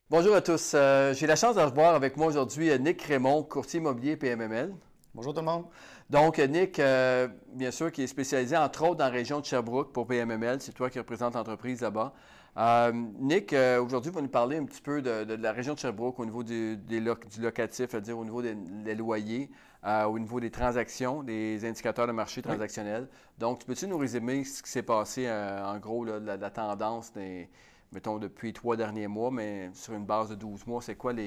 Bonjour à tous. J'ai la chance de revoir avec moi aujourd'hui Nick Raymond, courtier immobilier PMML. Bonjour tout le monde. Donc, Nick, bien sûr, qui est spécialisé entre autres dans la région de Sherbrooke pour PMML. C'est toi qui représente l'entreprise là-bas. Nick, aujourd'hui, va nous parler un petit peu de la région de Sherbrooke au niveau du locatif, c'est-à-dire au niveau des loyers, au niveau des transactions, des indicateurs de marché Oui. transactionnels. Donc, peux-tu nous résumer ce qui s'est passé en gros, là, la tendance mettons, depuis 3 derniers mois, mais sur une base de 12 mois, c'est quoi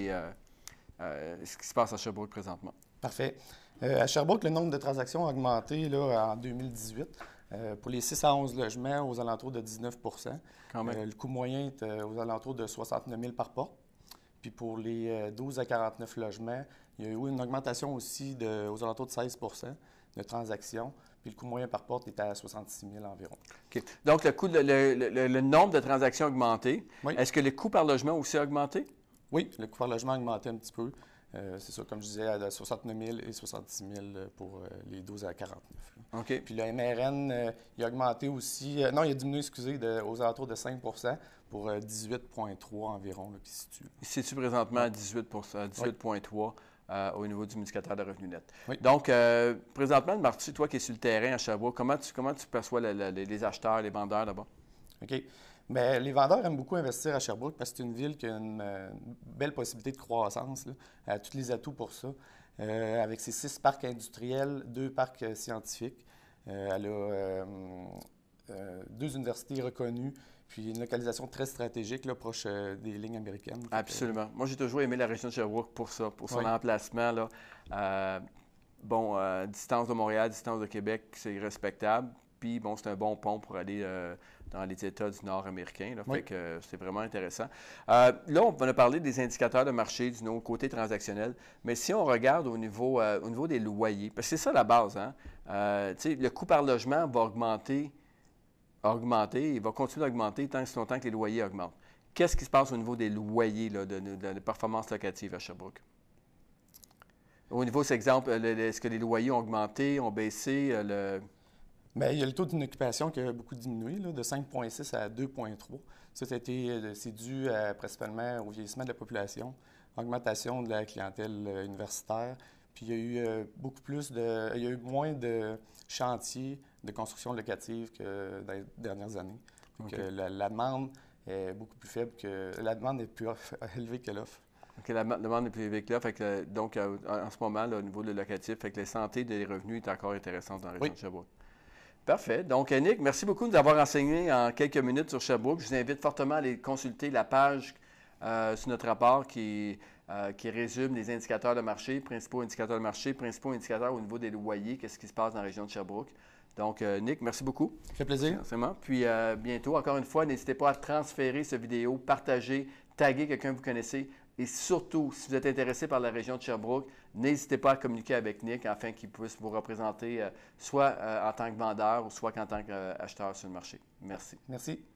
ce qui se passe à Sherbrooke présentement? Parfait. À Sherbrooke, le nombre de transactions a augmenté là, en 2018. Pour les 6 à 11 logements, aux alentours de 19 Quand même. Le coût moyen est aux alentours de 69 000 par porte. Puis pour les 12 à 49 logements, il y a eu une augmentation aussi aux alentours de 16 de transactions. Puis le coût moyen par porte est à 66 000 environ. OK. Donc, le nombre de transactions a augmenté. Oui. Est-ce que le coût par logement aussi a augmenté? Oui, le coût par logement a augmenté un petit peu. C'est ça, comme je disais, à 69 000 et 66 000 pour les 12 à 49. Là. OK. Puis le MRN, il a augmenté aussi, non, il a diminué, excusez, aux alentours de 5 pour 18,3 environ, là, qui se situe. Il se situe présentement à 18 à Oui. 18,3 au niveau du indicateur de revenu net. Oui. Donc, présentement, Marty, toi qui es sur le terrain à Sherbrooke, comment tu perçois les acheteurs, les vendeurs là-bas? OK. Bien, les vendeurs aiment beaucoup investir à Sherbrooke parce que c'est une ville qui a une belle possibilité de croissance. Là. Elle a tous les atouts pour ça. Avec ses 6 parcs industriels, 2 parcs scientifiques. Elle a 2 universités reconnues, puis une localisation très stratégique, là, proche des lignes américaines. Absolument. Moi, j'ai toujours aimé la région de Sherbrooke pour ça, pour son Oui. emplacement. Là. Distance de Montréal, distance de Québec, c'est respectable. Puis, bon, c'est un bon pont pour aller dans les États du Nord américain. Là, Oui. fait que c'est vraiment intéressant. Là, on a parlé des indicateurs de marché, du côté transactionnel. Mais si on regarde au niveau des loyers, parce que c'est ça la base, hein? Le coût par logement va augmenter, il va continuer d'augmenter tant que longtemps que les loyers augmentent. Qu'est-ce qui se passe au niveau des loyers là, de performance locative à Sherbrooke? Au niveau, c'est exemple, est-ce que les loyers ont augmenté, ont baissé? Bien, il y a le taux d'inoccupation qui a beaucoup diminué, là, de 5,6 à 2,3. Ça c'est dû principalement au vieillissement de la population, augmentation de la clientèle universitaire. Puis il y a eu il y a eu moins de chantiers de construction locative que dans les dernières années. Donc, OK. la demande est beaucoup plus faible la demande est plus élevée que l'offre. OK, la demande est plus élevée que là. Fait que, donc, en ce moment, là, au niveau de locatif, fait que la santé des revenus est encore intéressante dans la région Oui. de Sherbrooke. Parfait. Donc, Nick, merci beaucoup de nous avoir renseigné en quelques minutes sur Sherbrooke. Je vous invite fortement à aller consulter la page sur notre rapport qui résume les indicateurs de marché, principaux indicateurs de marché, principaux indicateurs au niveau des loyers, qu'est-ce qui se passe dans la région de Sherbrooke. Donc, Nick, merci beaucoup. Ça fait plaisir. Forcément. Puis, bientôt, encore une fois, n'hésitez pas à transférer cette vidéo, partager, taguer quelqu'un que vous connaissez. Et surtout, si vous êtes intéressé par la région de Sherbrooke, n'hésitez pas à communiquer avec Nick afin qu'il puisse vous représenter soit en tant que vendeur ou soit en tant qu'acheteur sur le marché. Merci. Merci.